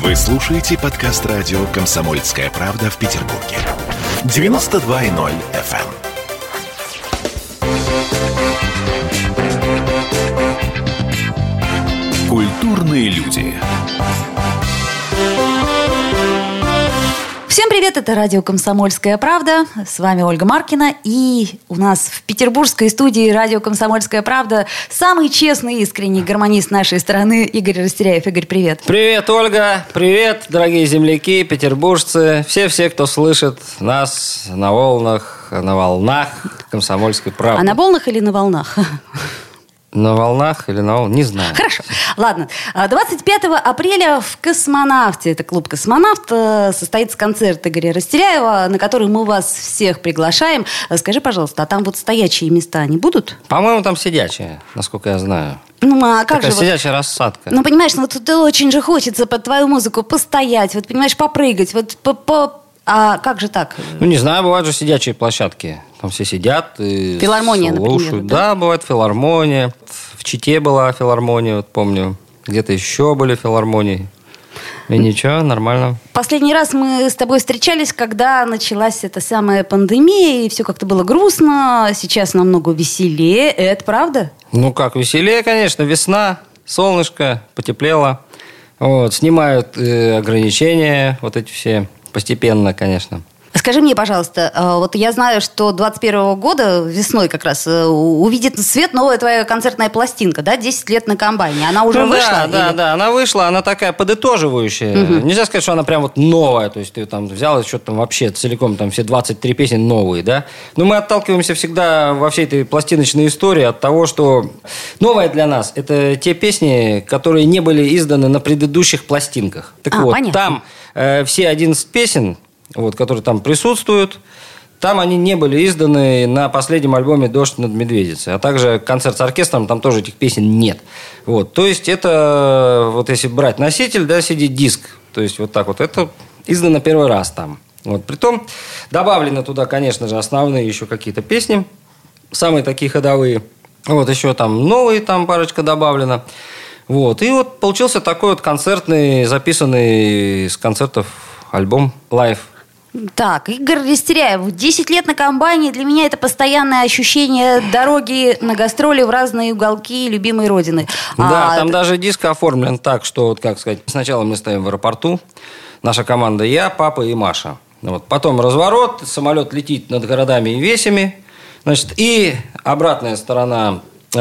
Вы слушаете подкаст радио «Комсомольская правда» в Петербурге. 92.0 FM. Культурные люди. Всем привет, это радио «Комсомольская правда». С вами Ольга Маркина. И у нас в петербургской студии радио «Комсомольская правда» самый честный и искренний гармонист нашей страны Игорь Растеряев. Игорь, привет. Привет, Ольга. Привет, дорогие земляки, петербуржцы. Все, кто слышит нас на волнах «Комсомольской правды». А на волнах или на волнах? На волнах или на волнах? Не знаю. Хорошо. Ладно. 25 апреля в «Космонавте», это клуб «Космонавт», состоится концерт Игоря Растеряева, на который мы вас всех приглашаем. Скажи, пожалуйста, а там вот стоячие места не будут? По-моему, там сидячие, насколько я знаю. Ну, а как такая же сидячая рассадка. Ну, понимаешь, вот тут очень же хочется под твою музыку постоять, вот, понимаешь, попрыгать, вот А как же так? Ну, не знаю, бывают же сидячие площадки. Там все сидят и филармония, слушают. Например, да, бывает филармония. В Чите была филармония, вот помню. Где-то еще были филармонии. И ничего, нормально. Последний раз мы с тобой встречались, когда началась эта самая пандемия, и все как-то было грустно. Сейчас намного веселее. Это правда? Ну как, веселее, конечно. Весна, солнышко, потеплело. Вот, снимают ограничения, вот эти все. Постепенно, конечно. Скажи мне, пожалуйста, вот я знаю, что 21 года, весной как раз, увидит свет новая твоя концертная пластинка, да, 10 лет на комбайне. Она уже вышла? Да, она вышла, она такая подытоживающая. Угу. Нельзя сказать, что она прям вот новая, то есть ты там взял и что-то там вообще целиком, там все 23 песни новые, да. Но мы отталкиваемся всегда во всей этой пластиночной истории от того, что новое для нас – это те песни, которые не были изданы на предыдущих пластинках. Так вот, понятно. Там все 11 песен, вот, которые там присутствуют, там они не были изданы на последнем альбоме «Дождь над Медведицей». А также концерт с оркестром, там тоже этих песен нет. Вот, то есть это, вот если брать носитель, да, CD-диск, то есть вот так вот, это издано первый раз там. Вот, притом добавлены туда, конечно же, основные еще какие-то песни, самые такие ходовые. Вот, еще там новые, там парочка добавлена. Вот, и вот получился такой вот концертный, записанный с концертов альбом «Live». Так, Игорь Растеряев, 10 лет на комбайне. Для меня это постоянное ощущение дороги на гастроли в разные уголки любимой родины. Да, там даже диск оформлен так, что, вот как сказать, сначала мы стоим в аэропорту, наша команда я, папа и Маша. Вот. Потом разворот, самолет летит над городами и весями, значит, и обратная сторона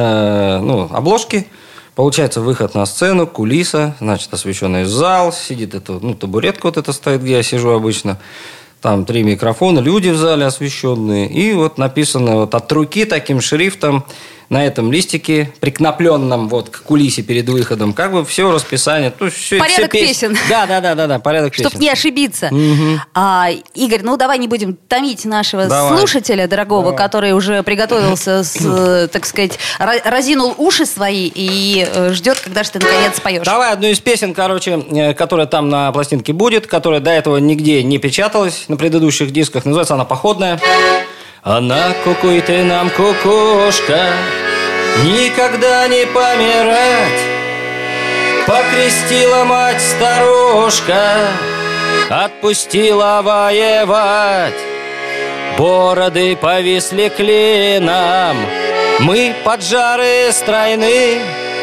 обложки. Получается выход на сцену, кулиса, значит, освещенный зал, сидит табуретка вот эта стоит, где я сижу обычно. Там 3 микрофона, люди в зале освещенные. И вот написано вот от руки таким шрифтом на этом листике, прикнопленном вот к кулисе перед выходом, как бы все расписание. То есть все, порядок песен. Да, порядок песен. Чтоб не ошибиться. Угу. Игорь, давай не будем томить нашего слушателя дорогого, который уже приготовился, так сказать, разинул уши свои и ждет, когда же ты наконец споешь. Давай одну из песен, которая там на пластинке будет, которая до этого нигде не печаталась на предыдущих дисках. Называется она «Походная». Она, кукуй ты нам, кукушка, никогда не помирать. Покрестила мать старушка, отпустила воевать. Бороды повисли клином, мы поджарые стройны,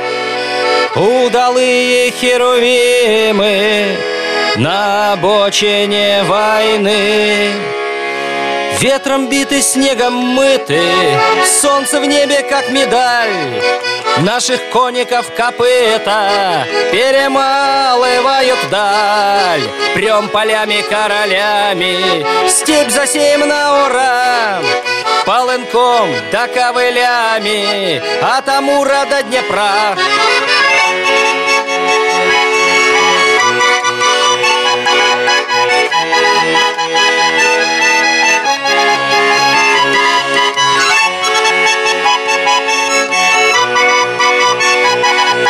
удалые херувимы на обочине войны. Ветром биты, снегом мыты, солнце в небе, как медаль. Наших конников копыта перемалывают вдаль. Прем полями королями, степь засеем на ура. Полынком да ковылями, от Амура до Днепра.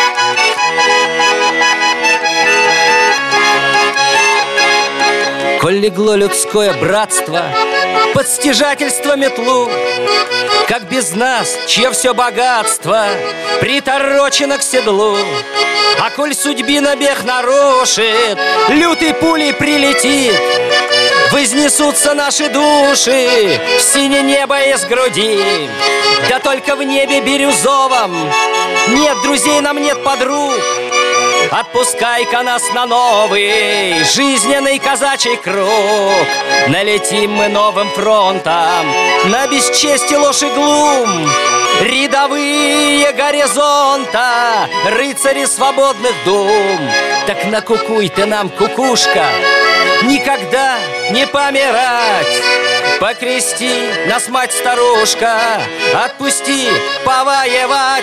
Коль легло людское братство под стяжательство метлу. Как без нас, чье все богатство приторочено к седлу. А коль судьбина бег нарушит, лютой пулей прилетит, вознесутся наши души в синее небо из груди. Да только в небе бирюзовом нет друзей, нам нет подруг. Отпускай-ка нас на новый жизненный казачий круг. Налетим мы новым фронтом на бесчестие, ложь и глум. Рядовые горизонта, рыцари свободных дум. Так накукуй ты нам, кукушка, никогда не помирать. Покрести нас, мать-старушка, отпусти повоевать.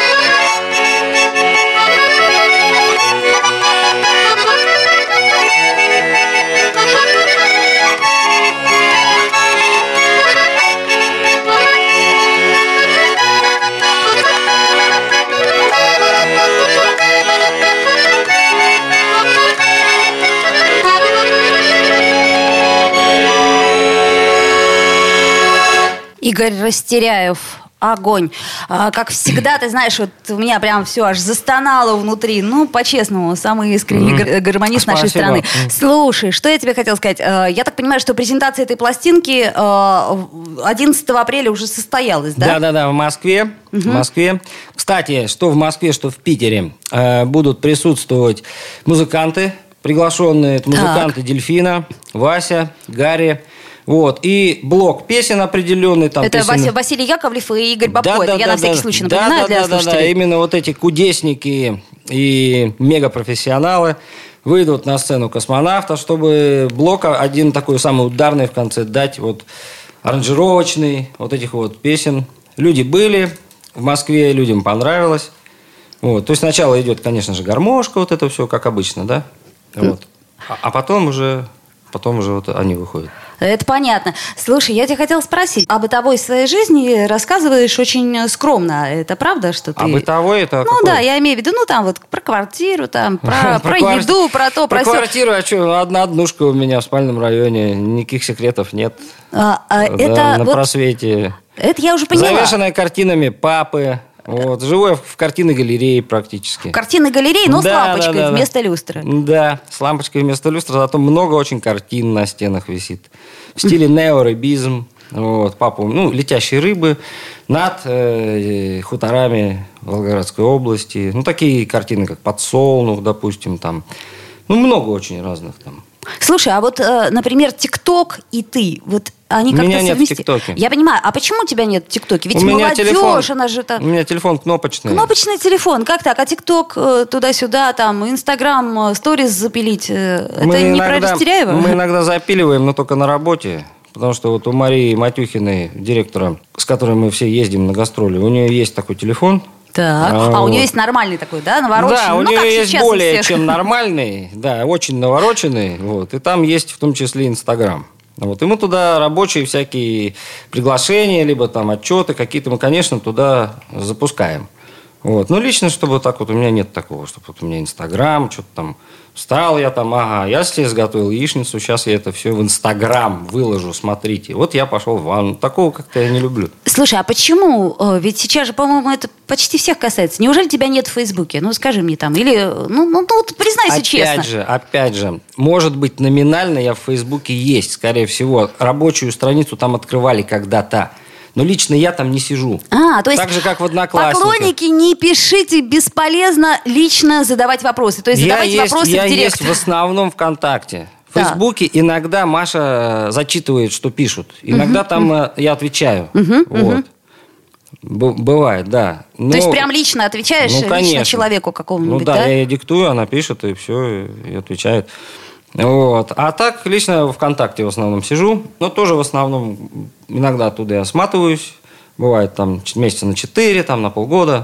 Игорь Растеряев. Огонь. Как всегда, ты знаешь, вот у меня прям все аж застонало внутри. Ну, по-честному, самый искренний гармонист нашей страны. Слушай, что я тебе хотела сказать? Я так понимаю, что презентация этой пластинки 11 апреля уже состоялась, да? Да, в Москве. В Москве. Кстати, что в Москве, что в Питере будут присутствовать музыканты, приглашенные. Это музыканты «Дельфина», Вася, Гарри. Вот. И блок песен определенный. Там это песен... Василий Яковлев и Игорь Бабко. Это я на всякий случай напоминаю для слушателей. Да, именно вот эти кудесники и мегапрофессионалы выйдут на сцену «Космонавта», чтобы блок один такой самый ударный в конце дать, вот аранжировочный, вот этих вот песен. Люди были в Москве, людям понравилось. Вот. То есть сначала идет, конечно же, гармошка, вот это все, как обычно, да? Вот. А потом уже вот они выходят. Это понятно. Слушай, я тебя хотела спросить. О бытовой своей жизни рассказываешь очень скромно. Это правда, что ты... А бытовой это Ну какой? да, я имею в виду, ну там вот про квартиру, там, про еду, про то, про сё. Про сё. квартиру, а что, одна однушка у меня в спальном районе, никаких секретов нет. Это на вот... просвете. Это я уже поняла. Завешенная картинами папы. Вот, живу я в картинной галерее практически. Картинной галереи, но с лампочкой да. вместо люстры. Да, с лампочкой вместо люстры, зато много очень картин на стенах висит. В стиле неорыбизм. Вот, папа, летящие рыбы над хуторами Волгоградской области. Такие картины, как «Подсолнух», допустим, там. Много очень разных там. Слушай, а вот, например, ТикТок и ты, вот они как-то меня нет в совместимы? ТикТоке. Я понимаю, а почему у тебя нет в ТикТоке? Ведь У меня молодежь, телефон, она же там... У меня телефон кнопочный. Кнопочный телефон, как так? А ТикТок туда-сюда, там, Инстаграм, сторис запилить, это не про Растеряева? Мы иногда запиливаем, но только на работе. Потому что вот у Марии Матюхиной, директора, с которой мы все ездим на гастроли, у нее есть такой телефон. Так, у нее есть нормальный такой, да, навороченный? Да, у нее как есть сейчас у более всех. чем нормальный, да, очень навороченный, вот, и там есть в том числе Инстаграм. Вот, и мы туда рабочие всякие приглашения, либо там отчеты какие-то мы, конечно, туда запускаем. Вот. Но лично, чтобы так вот, у меня нет такого, чтобы вот у меня Инстаграм, что-то там, встал я там, я себе сготовил яичницу, сейчас я это все в Инстаграм выложу, смотрите. Вот я пошел в ванну. Такого как-то я не люблю. Слушай, а почему? Ведь сейчас же, по-моему, это почти всех касается. Неужели тебя нет в Фейсбуке? Ну, скажи мне там. Или, вот признайся честно. Опять же, может быть, номинально я в Фейсбуке есть, скорее всего. Рабочую страницу там открывали когда-то. Но лично я там не сижу. То есть так же, как в Одноклассниках. Поклонники, не пишите, бесполезно лично задавать вопросы. То есть задавайте вопросы в директ. Я есть в основном ВКонтакте. В Фейсбуке иногда Маша зачитывает, что пишут. Иногда там я отвечаю. Вот. Бывает, да. То есть прям лично отвечаешь лично человеку какому-нибудь, да? Я ей диктую, она пишет, и все, и отвечает. Вот. А так, лично в ВКонтакте в основном сижу, но тоже в основном иногда оттуда я сматываюсь. Бывает там месяца на 4, там на полгода.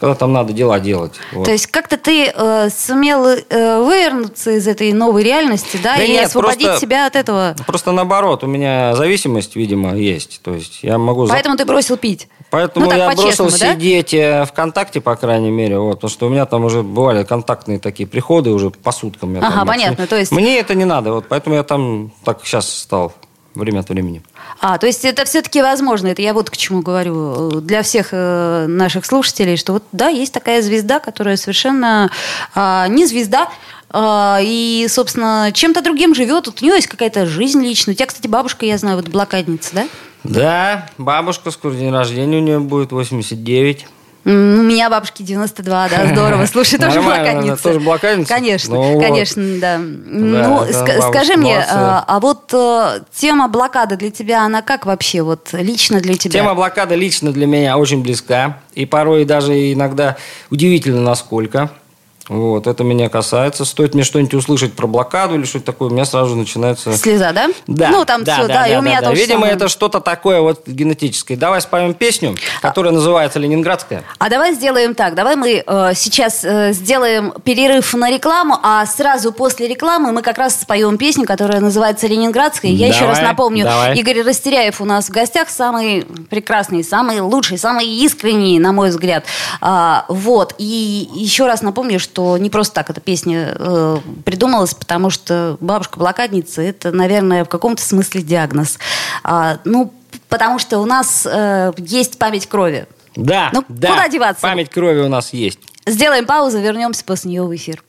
когда там надо дела делать. Вот. То есть как-то ты сумел вывернуться из этой новой реальности, да, и нет, освободить себя от этого? Просто наоборот, у меня зависимость, видимо, есть. То есть я могу... Поэтому ты бросил пить? Поэтому так, я бросил да? сидеть ВКонтакте, по крайней мере, вот, потому что у меня там уже бывали контактные такие приходы уже по суткам. Ага, понятно. То есть... Мне это не надо, вот, поэтому я там так сейчас стал время от времени. То есть это все-таки возможно. Это я вот к чему говорю. Для всех наших слушателей, что вот да, есть такая звезда, которая совершенно не звезда, и, собственно, чем-то другим живет. Вот у нее есть какая-то жизнь личная. У тебя, кстати, бабушка, я знаю, вот блокадница, да? Да, бабушка, скоро день рождения у нее будет, 89. У меня бабушке 92, да, здорово. Слушай, тоже блокадница. Тоже блокадница? Конечно, конечно, да. Ну, скажи мне, а вот тема блокады для тебя, она как вообще, вот лично для тебя? Тема блокады лично для меня очень близка. И порой даже иногда удивительно, насколько. Вот, это меня касается. Стоит мне что-нибудь услышать про блокаду или что-то такое, у меня сразу начинается... Слеза, да? Да. Ну, там все, да, и у меня тоже. Видимо, это что-то такое вот генетическое. Давай споем песню, которая называется «Ленинградская». А давай сделаем так. Давай мы сейчас сделаем перерыв на рекламу, а сразу после рекламы мы как раз споем песню, которая называется «Ленинградская». Я еще раз напомню, Игорь Растеряев у нас в гостях, самый прекрасный, самый лучший, самый искренний, на мой взгляд. Вот. И еще раз напомню, что не просто так эта песня придумалась, потому что бабушка-блокадница – это, наверное, в каком-то смысле диагноз. Потому что у нас есть память крови. Да, да. Куда деваться? Память крови у нас есть. Сделаем паузу, вернемся после нее в эфир.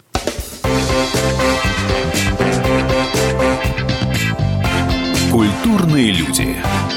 Культурные люди.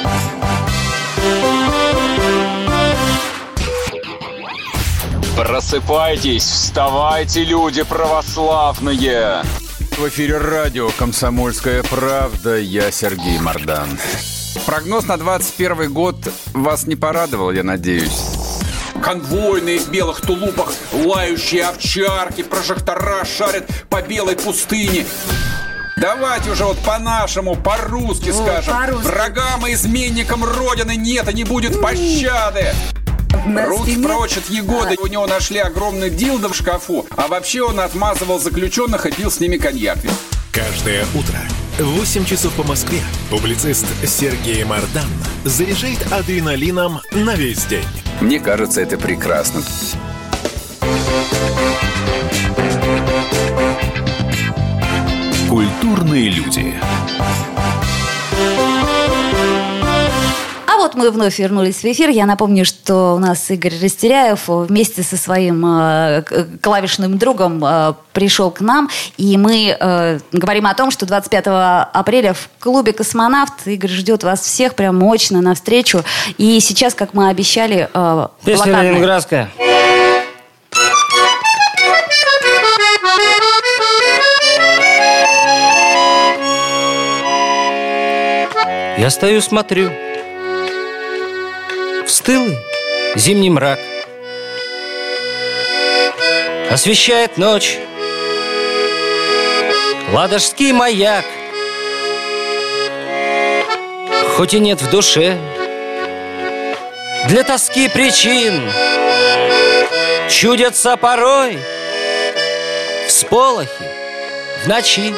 Просыпайтесь, вставайте, люди православные! В эфире радио «Комсомольская правда». Я Сергей Мордан. Прогноз на 21 год вас не порадовал, я надеюсь. Конвойные в белых тулупах, лающие овчарки, прожектора шарят по белой пустыне. Давайте уже вот по-нашему, по-русски скажем. По-русски. Врагам и изменникам Родины нет и не будет пощады. Руки прочь от Егоды. У него нашли огромный дилдо в шкафу. А вообще он отмазывал заключенных и пил с ними коньяк. Каждое утро в 8 часов по Москве публицист Сергей Мордан заряжает адреналином на весь день. Мне кажется, это прекрасно. Культурные люди. Вот мы вновь вернулись в эфир. Я напомню, что у нас Игорь Растеряев вместе со своим клавишным другом пришел к нам. И мы говорим о том, что 25 апреля в клубе «Космонавт» Игорь ждет вас всех прям очно навстречу. И сейчас, как мы обещали, песня «Ленинградская». Я стою, смотрю в стылый зимний мрак. Освещает ночь ладожский маяк. Хоть и нет в душе для тоски причин, чудятся порой всполохи в ночи.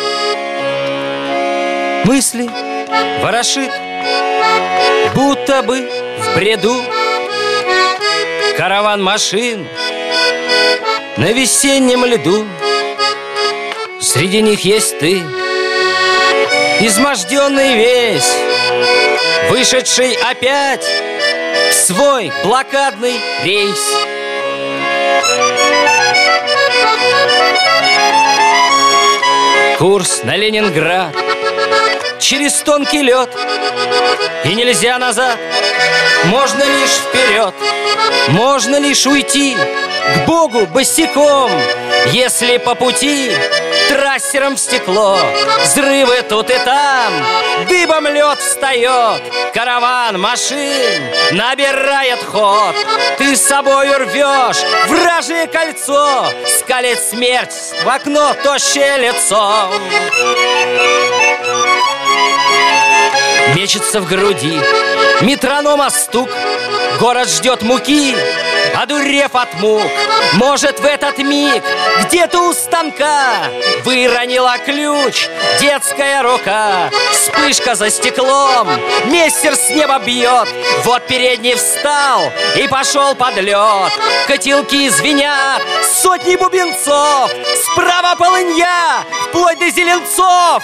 Мысли ворошит, будто бы в бреду, караван машин на весеннем льду. Среди них есть ты, изможденный весь, вышедший опять в свой блокадный рейс. Курс на Ленинград через тонкий лед, и нельзя назад, можно лишь вперед. Можно лишь уйти к Богу босиком, если по пути трассером в стекло. Взрывы тут и там, дыбом лед встает, караван машин набирает ход. Ты с собой рвешь вражье кольцо, скалит смерть в окно тощее лицо. Мечется в груди метронома стук, город ждет муки, одурев от мук. Может, в этот миг где-то у станка выронила ключ детская рука. Вспышка за стеклом, мессер с неба бьет. Вот передний встал и пошел под лед. Котелки звенят, сотни бубенцов. Справа полынья, вплоть до зеленцов.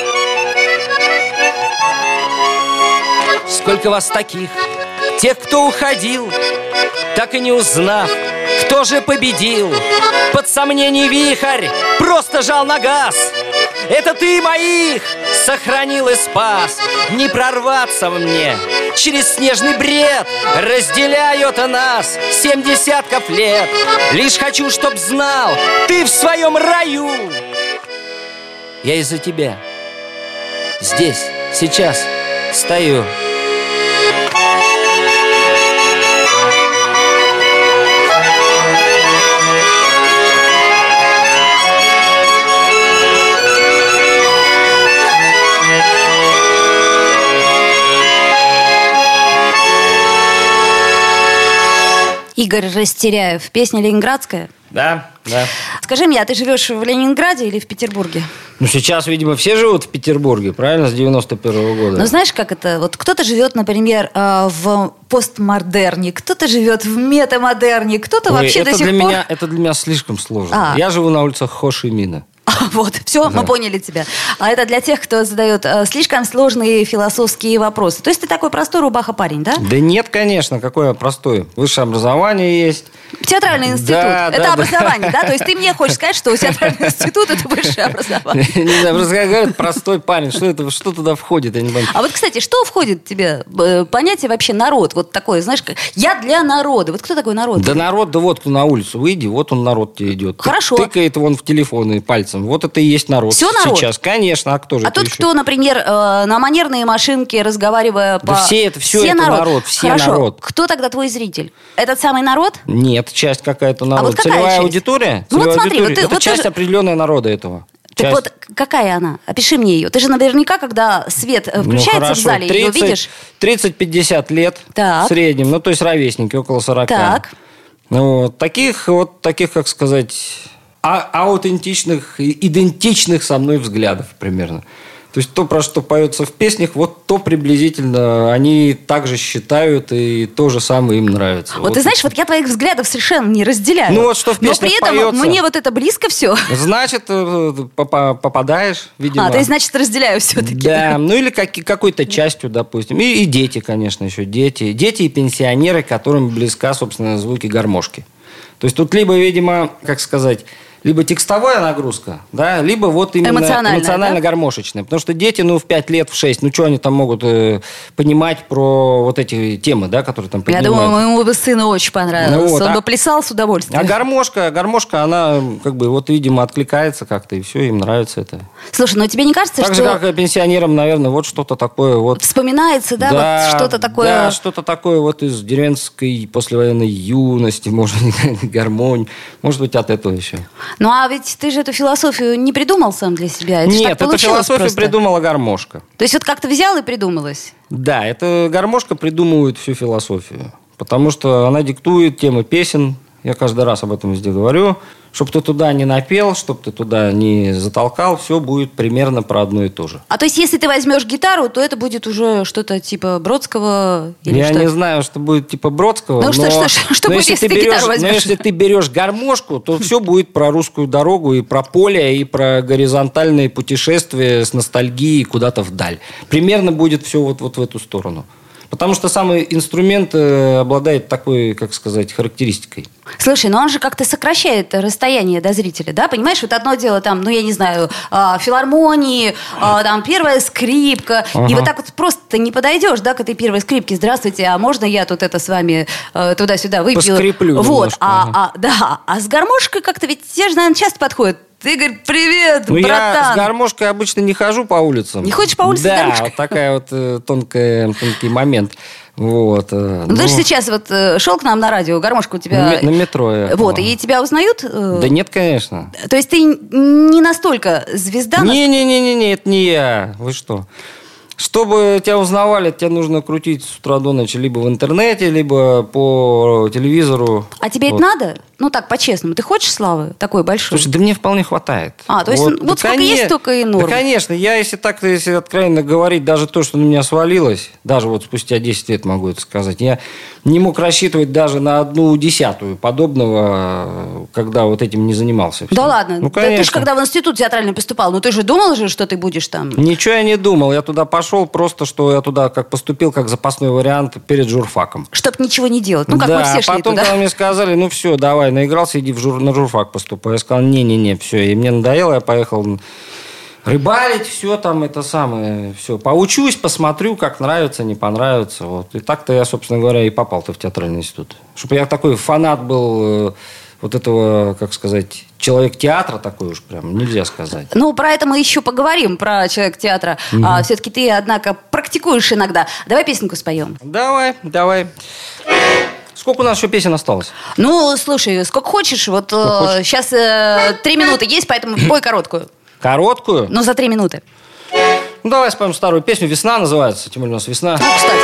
Сколько вас таких, тех, кто уходил, так и не узнав, кто же победил. Под сомнений вихрь просто жал на газ. Это ты моих сохранил и спас. Не прорваться мне через снежный бред. Разделяют нас 7 десятков лет. Лишь хочу, чтоб знал, ты в своем раю. Я из-за тебя здесь, сейчас стою. Игорь Растеряев. Песня ленинградская? Да. Скажи мне, а ты живешь в Ленинграде или в Петербурге? Ну, сейчас, видимо, все живут в Петербурге, правильно, с 91-го года. Ну, знаешь, как это? Вот кто-то живет, например, в постмодерне, кто-то живет в метамодерне, кто-то вообще до сих пор... Это для меня слишком сложно. Я живу на улицах Хо Ши Мина. Вот, все, мы поняли тебя. А это для тех, кто задает слишком сложные философские вопросы. То есть ты такой простой рубаха-парень, да? Да нет, конечно, какое простое. Высшее образование есть. Театральный институт. Это образование, да? То есть ты мне хочешь сказать, что театральный институт – это высшее образование? Не знаю, просто говорят, простой парень. Что туда входит? Я не понимаю. А вот, кстати, что входит в тебе? Понятие вообще народ. Вот такое, знаешь, я для народа. Вот кто такой народ? Да народ, да вот кто на улицу выйди, вот он народ тебе идет. Хорошо. Тыкает вон в телефон и пальцем. Вот это и есть народ. Все народ? Сейчас, конечно. А кто же? А тот, кто, например, на манерные машинки, разговаривая по... Да все это народ. Все Хорошо. народ. Кто тогда твой зритель? Этот самый народ? Нет, часть какая-то народа. А вот какая целевая часть? аудитория? Ну вот смотри, аудитория. Это часть определенная народа этого. Так вот, какая она? Опиши мне ее. Ты же наверняка, когда свет включается в зале, 30, ее видишь? 30-50 лет так. В среднем. Ну, то есть ровесники, около 40. Так. Вот. Таких, как сказать, аутентичных, идентичных со мной взглядов примерно. То есть то, про что поется в песнях, вот то приблизительно они также считают, и то же самое им нравится. Вот ты знаешь, вот я твоих взглядов совершенно не разделяю. Ну вот что в песнях но при этом поется. мне вот это близко все. Значит, попадаешь, видимо. То есть, значит, разделяю все-таки. Да, ну или какой-то частью, допустим. И дети, конечно, еще дети. Дети и пенсионеры, которым близка, собственно, звуки гармошки. То есть тут либо, видимо, как сказать... Либо текстовая нагрузка, да, либо вот именно эмоционально-гармошечная. Потому что дети, в 5 лет, в 6, что они там могут понимать про вот эти темы, да, которые там поднимают. Я думаю, моему бы сыну очень понравилось. Он бы плясал с удовольствием. А гармошка, она видимо, откликается как-то, и все, им нравится это. Слушай, тебе не кажется, так что... Так же, как и пенсионерам, наверное, вот что-то такое вот... Вспоминается, да, вот что-то такое... Да, что-то такое вот из деревенской послевоенной юности, может быть, гармонь, может быть, от этого еще. Ну, а ведь ты же эту философию не придумал сам для себя. Это Нет, эту философию придумала гармошка. То есть вот как-то взял и придумалось? Да, эта гармошка придумывает всю философию. Потому что она диктует темы песен. Я каждый раз об этом везде говорю. Чтоб ты туда не напел, чтоб ты туда не затолкал, все будет примерно про одно и то же. А то есть, если ты возьмешь гитару, то это будет уже что-то типа Бродского или Я что? не знаю, что будет типа Бродского. Ну, что будет, если ты гитару возьмешь? Но если ты берешь гармошку, то все будет про русскую дорогу и про поле, и про горизонтальные путешествия с ностальгией куда-то вдаль. Примерно будет все вот в эту сторону. Потому что самый инструмент обладает такой, как сказать, характеристикой. Слушай, но он же как-то сокращает расстояние до зрителя, да? Понимаешь, вот одно дело там, я не знаю, филармонии, там первая скрипка, и вот так вот просто не подойдешь, да, к этой первой скрипке. Здравствуйте, а можно я тут это с вами туда-сюда выпью? Поскреплю вот, а с гармошкой как-то ведь те же, наверное, часто подходят. Игорь, привет, братан. Я с гармошкой обычно не хожу по улицам. Не ходишь по улице с гармошкой? Да, вот такая вот тонкий момент. Вот. Ты же сейчас шел к нам на радио, гармошка у тебя... На метро я. Вот, и тебя узнают? Да нет, конечно. То есть ты не настолько звезда? Не, это не я. Вы что? Чтобы тебя узнавали, тебе нужно крутить с утра до ночи либо в интернете, либо по телевизору. А тебе это надо? Ну так, по-честному. Ты хочешь славы такой большой? Слушай, да мне вполне хватает. То есть вот сколько есть, столько и норм. Да, конечно. Я, если откровенно говорить, даже то, что на меня свалилось, даже вот спустя 10 лет могу это сказать, я не мог рассчитывать даже на 1/10 подобного, когда вот этим не занимался. Да ладно? Да ты же когда в институт театральный поступал, ты же думал же, что ты будешь там? Ничего я не думал. Я туда пошел просто, что я туда как поступил, как запасной вариант перед журфаком. Чтоб ничего не делать. Как мы все шли потом, туда. когда мне сказали, все, давай, наигрался, иди на журфак поступай. Я сказал, не-не-не, все. И мне надоело, я поехал рыбалить, все там это самое, все. Поучусь, посмотрю, как нравится, не понравится. Вот. И так-то я, собственно говоря, и попал-то в театральный институт. Чтобы я такой фанат был вот этого, как сказать, человек театра такой уж прям, нельзя сказать. Про это мы еще поговорим, про человек театра. Все-таки ты, однако, практикуешь иногда. Давай песенку споем. Давай. Сколько у нас еще песен осталось? Слушай, сколько хочешь. Сейчас 3 минуты есть, поэтому пой короткую. Короткую? За 3 минуты. Давай споем старую песню. «Весна» называется. Тем более у нас весна. Кстати.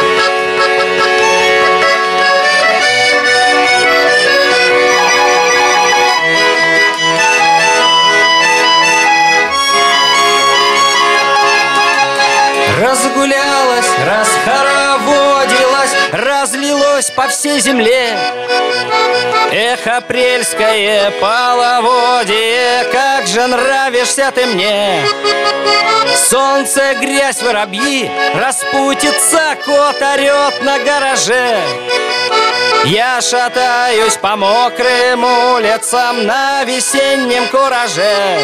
Разгулялась, расхороводилась, разлилось по всей земле. Эх, апрельское половодье, как же нравишься ты мне. Солнце, грязь, воробьи, распутится, кот орет на гараже. Я шатаюсь по мокрым улицам на весеннем кураже.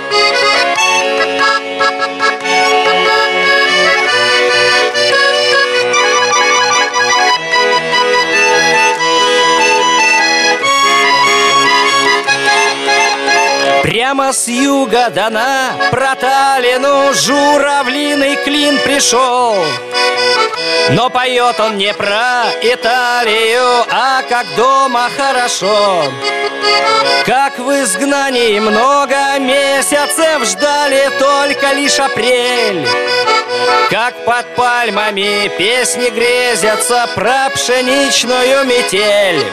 Прямо с юга до на проталину журавлиный клин пришел. Но поет он не про Италию, а как дома хорошо. Как в изгнании много месяцев ждали только лишь апрель. Как под пальмами песни грезятся про пшеничную метель.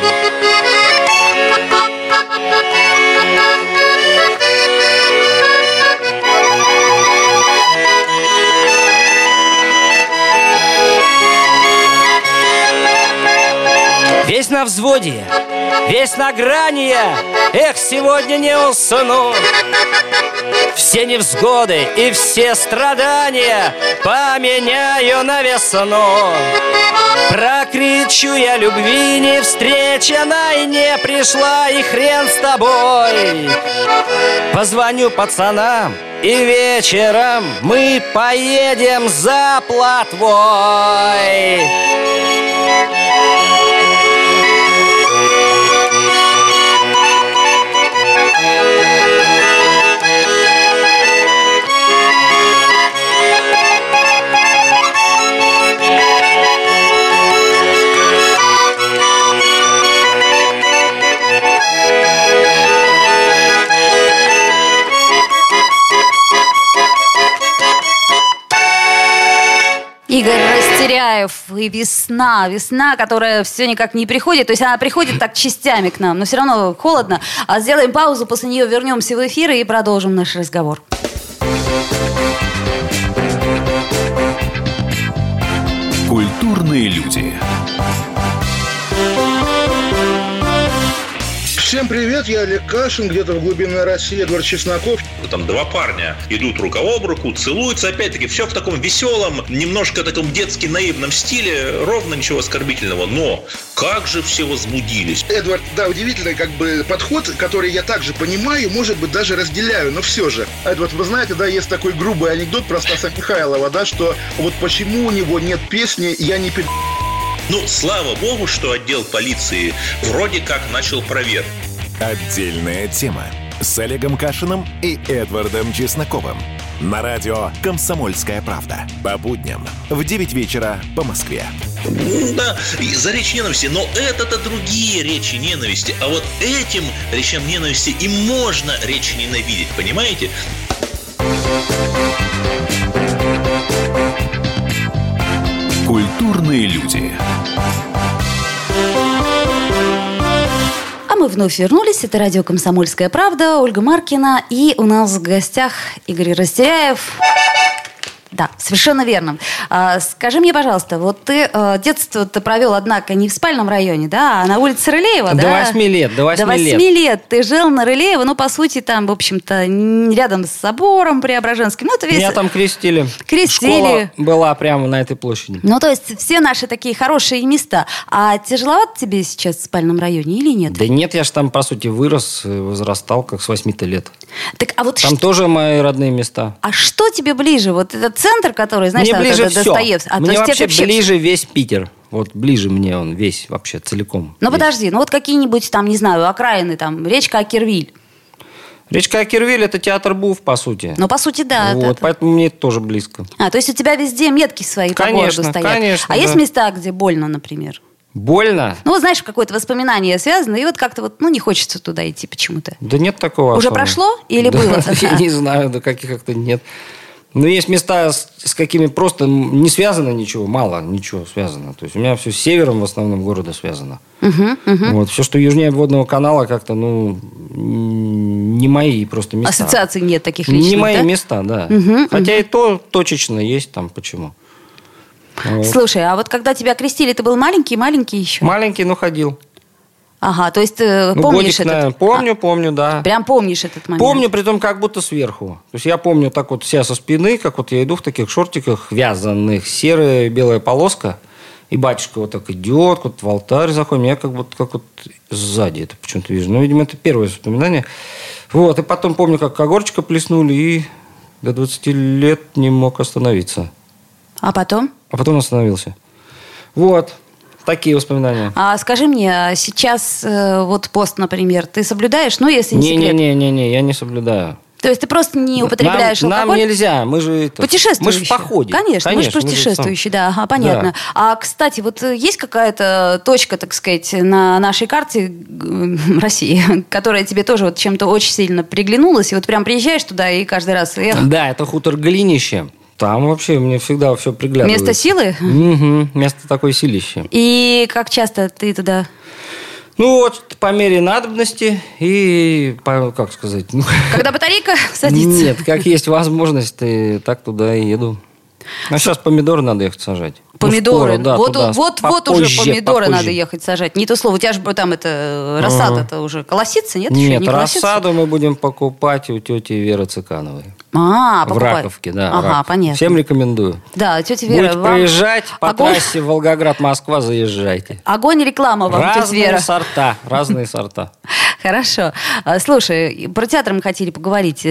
Весь на взводе, весь на грани я, эх, сегодня не усну. Все невзгоды и все страдания поменяю на весну. Прокричу я любви не встреченной, не пришла, и хрен с тобой. Позвоню пацанам, и вечером мы поедем за плотвой. Игорь Растеряев и «Весна». Весна, которая все никак не приходит. То есть она приходит так частями к нам, но все равно холодно. А сделаем паузу, после нее вернемся в эфир и продолжим наш разговор. Культурные люди. Всем привет, я Олег Кашин, где-то в глубинной России Эдвард Чесноков. Там два парня идут рука об руку, целуются, опять-таки, все в таком веселом, немножко таком детски наивном стиле, ровно ничего оскорбительного, но как же все возбудились. Эдвард, да, удивительный подход, который я также понимаю, может быть, даже разделяю, но все же. Эдвард, вы знаете, да, есть такой грубый анекдот про Стаса Михайлова, да, что вот почему у него нет песни «Я не Ну, слава богу, что отдел полиции вроде как начал проверку. Отдельная тема с Олегом Кашиным и Эдвардом Чесноковым. На радио «Комсомольская правда». По будням в 9 вечера по Москве. Да, и за речь ненависти, но это-то другие речи ненависти. А вот этим речам ненависти и можно речь ненавидеть, понимаете? Культурные люди. А мы вновь вернулись. Это радио «Комсомольская правда», Ольга Маркина. И у нас в гостях Игорь Растеряев. Да, совершенно верно. Скажи мне, пожалуйста, вот ты детство-то провел, однако, не в спальном районе, да, а на улице Рылеева, да? До 8 лет. До 8 лет ты жил на Рылеева, ну, по сути, там, в общем-то, рядом с собором Преображенским. Ну, Меня там крестили. Крестили. Школа была прямо на этой площади. Ну, то есть все наши такие хорошие места. А тяжеловато тебе сейчас в спальном районе или нет? Да нет, я же там, по сути, вырос, возрастал, как с 8 лет. Так, а вот там тоже мои родные места. А что тебе ближе? Вот этот центр, который, знаешь, мне ближе это Достоевский. Мне вообще ближе весь Питер. Вот ближе мне он весь вообще целиком. Ну, подожди, ну вот какие-нибудь там, не знаю, окраины, там, речка Акервиль. Речка Акервиль – это театр Буф, по сути. Ну, по сути, да. Вот, поэтому мне это тоже близко. То есть у тебя везде метки свои по городу стоят. Конечно, А есть места, где больно, например? Больно? Ну, вот, знаешь, какое-то воспоминание связано, и вот как-то вот, ну, не хочется туда идти почему-то. Да нет такого. Уже прошло или было? Я не знаю, до каких как-то нет. Но есть места, с какими просто не связано ничего, мало ничего связано. То есть у меня все с севером в основном города связано. Вот. Все, что южнее Водного канала, как-то, ну, не мои просто места. Ассоциаций нет таких личных, не мои да? места, да. Хотя и то точечно есть там, почему. Вот. Слушай, а вот когда тебя крестили, ты был маленький еще? Маленький, но ходил. Ага, то есть ты помнишь этот? Помню, да. Прям помнишь этот момент? Помню, притом как будто сверху. То есть я помню так вот вся со спины, как вот я иду в таких шортиках вязаных, серая белая полоска, и батюшка вот так идет, вот в алтарь заходим, я как вот сзади это почему-то вижу. Ну, видимо, это первое воспоминание. Вот, и потом помню, как огурчика плеснули, и до 20 лет не мог остановиться. А потом? А потом остановился. Вот. Такие воспоминания. А скажи мне, сейчас вот пост, например, ты соблюдаешь? Ну, если не секрет. Не, я не соблюдаю. То есть ты просто не употребляешь алкоголь? Нам нельзя, мы же путешествующие. Мы же в походе. Конечно, мы же путешествующие, да, понятно. Да. А, кстати, вот есть какая-то точка, так сказать, на нашей карте России, которая тебе тоже вот чем-то очень сильно приглянулась, и вот прям приезжаешь туда и каждый раз... Да, это хутор Глинище. Там вообще мне всегда все приглядывается. Место силы? Угу, место такое силище. И как часто ты туда... Ну, вот по мере надобности и, как сказать... Когда батарейка садится? Нет, как есть возможность, так туда и еду. А сейчас помидоры надо ехать сажать. Помидоры? Ну, скоро, да, вот уже помидоры надо ехать сажать. Не то слово, у тебя же там рассада-то уже колосится, нет? Нет, рассаду мы будем покупать у тети Веры Цыкановой. В Раковке, да. Ага, понятно. Всем рекомендую. Да, тетя Вера. Будете проезжать по трассе Волгоград-Москва, заезжайте. Огонь, реклама вам, тетя Вера. Разные сорта. Хорошо. Слушай, про театр мы хотели поговорить.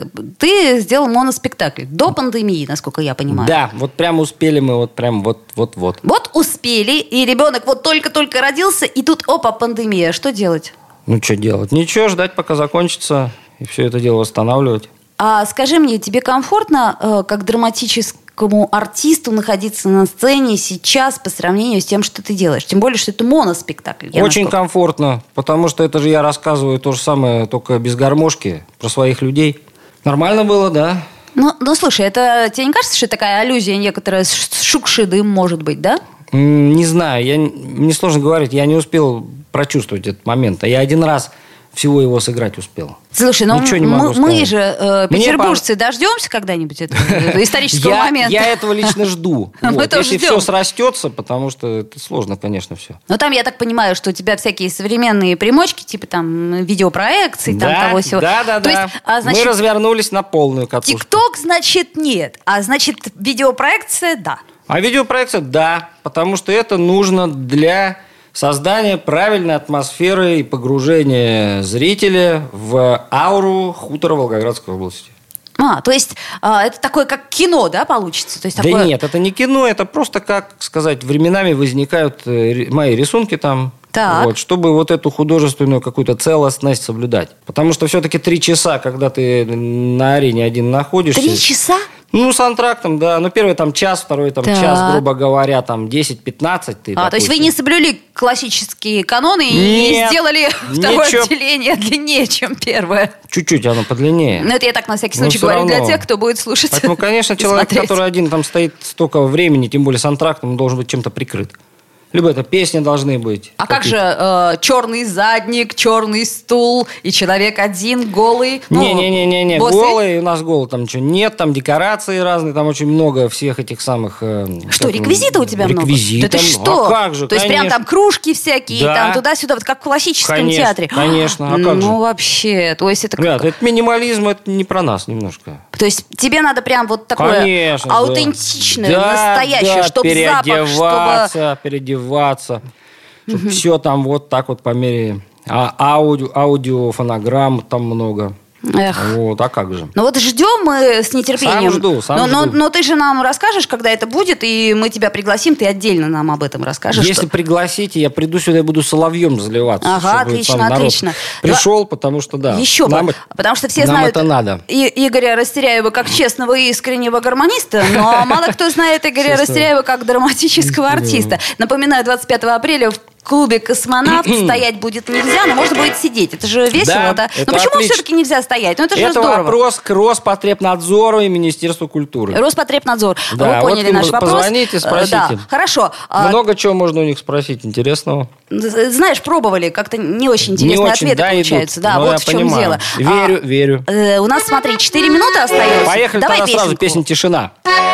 Ты сделал моноспектакль до пандемии, насколько я понимаю. Да, вот прям успели мы, вот прям вот. Вот успели, и ребенок вот только-только родился, и тут, опа, пандемия. Что делать? Ну, что делать? Ничего, ждать, пока закончится, и все это дело восстанавливать. А скажи мне, тебе комфортно, как драматическому артисту, находиться на сцене сейчас по сравнению с тем, что ты делаешь? Тем более, что это моноспектакль. Очень комфортно, потому что это же я рассказываю то же самое, только без гармошки, про своих людей. Нормально было, да. Ну, слушай, это тебе не кажется, что это такая аллюзия некоторая с Шукшиным, может быть, да? Не знаю, мне сложно говорить, я не успел прочувствовать этот момент. Я один раз всего его сыграть успел. Слушай, ну мы же, петербуржцы, дождемся когда-нибудь этого исторического момента? Я этого лично жду. Если все срастется, потому что это сложно, конечно, все. Но там, я так понимаю, что у тебя всякие современные примочки, типа там видеопроекции, там того всего. Да. Мы развернулись на полную катушку. ТикТок, значит, нет. А значит, видеопроекция, да. А видеопроекция, да. Потому что это нужно для создание правильной атмосферы и погружение зрителя в ауру хутора Волгоградской области. То есть это такое, как кино, да, получится? То есть такое... Да нет, это не кино, это просто, как сказать, временами возникают мои рисунки там, чтобы вот эту художественную какую-то целостность соблюдать. Потому что все-таки 3 часа, когда ты на арене один находишься... 3 часа? Ну, с антрактом, да. Ну, первый там час, второй там час, грубо говоря, там 10-15 ты, то есть вы не соблюли классические каноны и не сделали второе отделение длиннее, чем первое? Чуть-чуть оно подлиннее. Но это я так на всякий случай говорю для тех, кто будет слушать. Поэтому, конечно, человек, который один там стоит столько времени, тем более с антрактом, он должен быть чем-то прикрыт. Либо это песни должны быть. А как же черный задник, черный стул и человек один голый? Не-не-не, голый, у нас голый там ничего нет, там декорации разные, там очень много всех этих самых... Что, реквизита у тебя много? Реквизита. Да ты что? А как же, То есть прям там кружки всякие, там туда-сюда, вот как в классическом театре. Конечно, а как же? Ну вообще, то есть это... Ребята, это минимализм, это не про нас немножко. То есть тебе надо прям вот такое аутентичное, настоящее, чтобы запах, переодеваться, чтобы все там вот так вот по мере аудио, фонограмм там много. Эх. Вот, а как же? Ну вот ждем мы с нетерпением. Сам жду. Но ты же нам расскажешь, когда это будет, и мы тебя пригласим, ты отдельно нам об этом расскажешь. Если пригласите, я приду сюда и буду соловьем заливаться. Ага, отлично. Пришел, потому что да. Еще бы, потому что все знают это надо. Игоря Растеряева как честного и искреннего гармониста, но мало кто знает Игоря Растеряева как драматического артиста. Напоминаю, 25 апреля в клубе «Космонавт» стоять будет нельзя, но можно будет сидеть. Это же весело, да? Но почему все-таки нельзя стоять? Ну это же здорово. Это вопрос к Роспотребнадзору и Министерству культуры. Роспотребнадзор. Да, вы поняли наш вопрос. Позвоните, спросите. Да, хорошо. Много чего можно у них спросить интересного. Знаешь, пробовали, как-то не очень интересные ответы получаются. Да, вот в чем дело. Верю. У нас, смотри, 4 минуты остается. Поехали тогда сразу, песня «Тишина».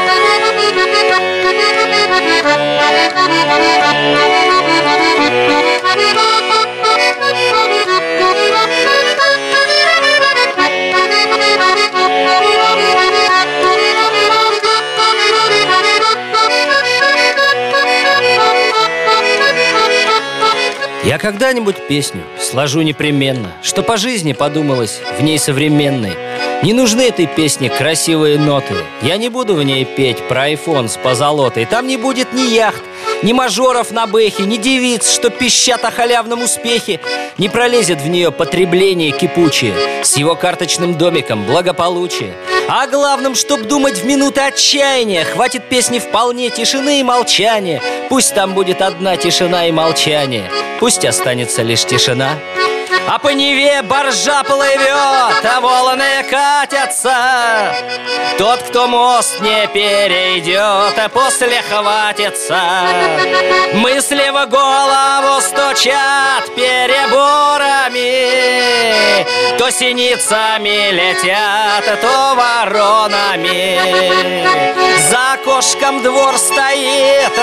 Я когда-нибудь песню сложу непременно, что по жизни подумалось в ней современной. Не нужны этой песне красивые ноты. Я не буду в ней петь про айфон с позолотой. Там не будет ни яхт, ни мажоров на бэхе, ни девиц, что пищат о халявном успехе. Не пролезет в нее потребление кипучее с его карточным домиком благополучия. А главным, чтоб думать в минуты отчаяния, хватит песни вполне тишины и молчания. Пусть там будет одна тишина и молчание, пусть останется лишь тишина. А по Неве баржа плывет, а волны катятся. Тот, кто мост не перейдет, а после хватится. Мысли в голову стучат переборами. То синицами летят, то воронами. За окошком двор стоит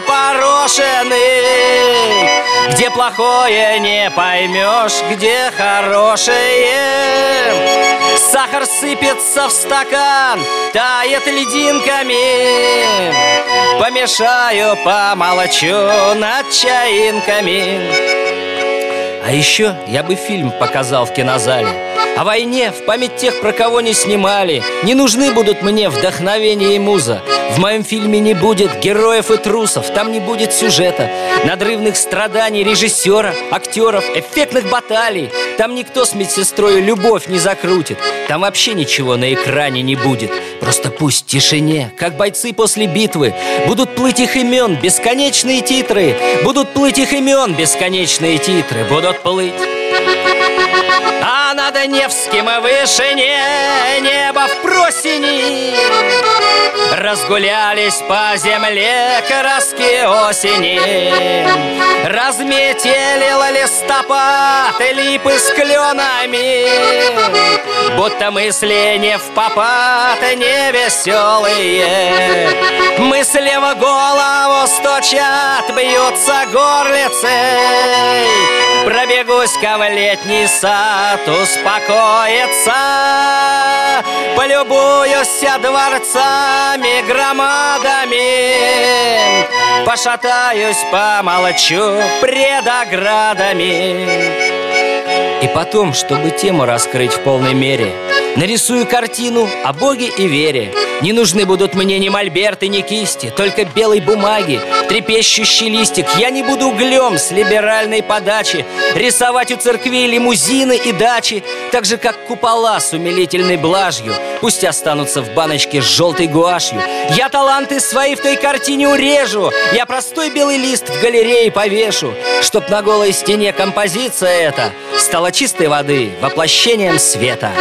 запорошенный, где плохое не поймешь, где хорошее. Сахар сыпется в стакан, тает льдинками. Помешаю, помолчу над чаинками. А еще я бы фильм показал в кинозале о войне, в память тех, про кого не снимали. Не нужны будут мне вдохновение и муза. В моем фильме не будет героев и трусов. Там не будет сюжета, надрывных страданий режиссера, актеров, эффектных баталий. Там никто с медсестрой любовь не закрутит. Там вообще ничего на экране не будет. Просто пусть в тишине, как бойцы после битвы, будут плыть их имен бесконечные титры. Будут плыть их имен бесконечные титры. Будут плыть. А над Невским вышине небо в просени разгулялись по земле краски осени. Разметелил листопад липы с кленами, будто мысли не впопад, не веселые. Мысли в голову стучат, бьются горлицей. Пробегусь-ка в летний сад, успокоиться. Полюбуюсь дворцами, громадами. Пошатаюсь, помолчу пред оградами. И потом, чтобы тему раскрыть в полной мере, нарисую картину о Боге и вере. Не нужны будут мне ни мольберты, ни кисти, только белой бумаги, трепещущий листик. Я не буду углем с либеральной подачи рисовать у церквей лимузины и дачи, так же, как купола с умилительной блажью. Пусть останутся в баночке с желтой гуашью. Я таланты свои в той картине урежу. Я простой белый лист в галерее повешу, чтоб на голой стене композиция эта стала чистой воды воплощением света.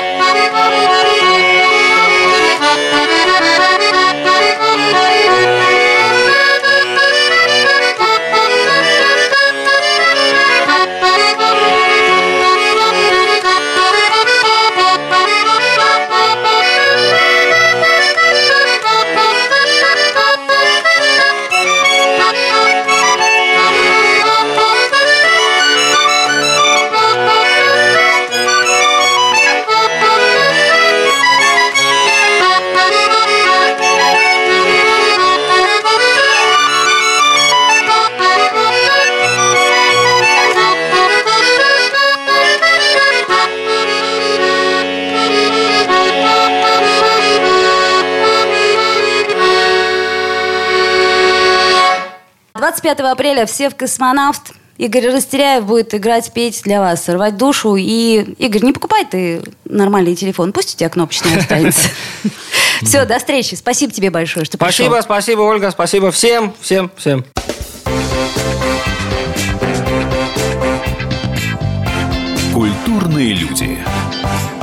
25 апреля все в «Космонавт». Игорь Растеряев будет играть, петь для вас, рвать душу. И, Игорь, не покупай ты нормальный телефон, пусть у тебя кнопочный останется. Все, до встречи. Спасибо тебе большое, что пришел. Спасибо, Ольга, спасибо всем. Культурные люди.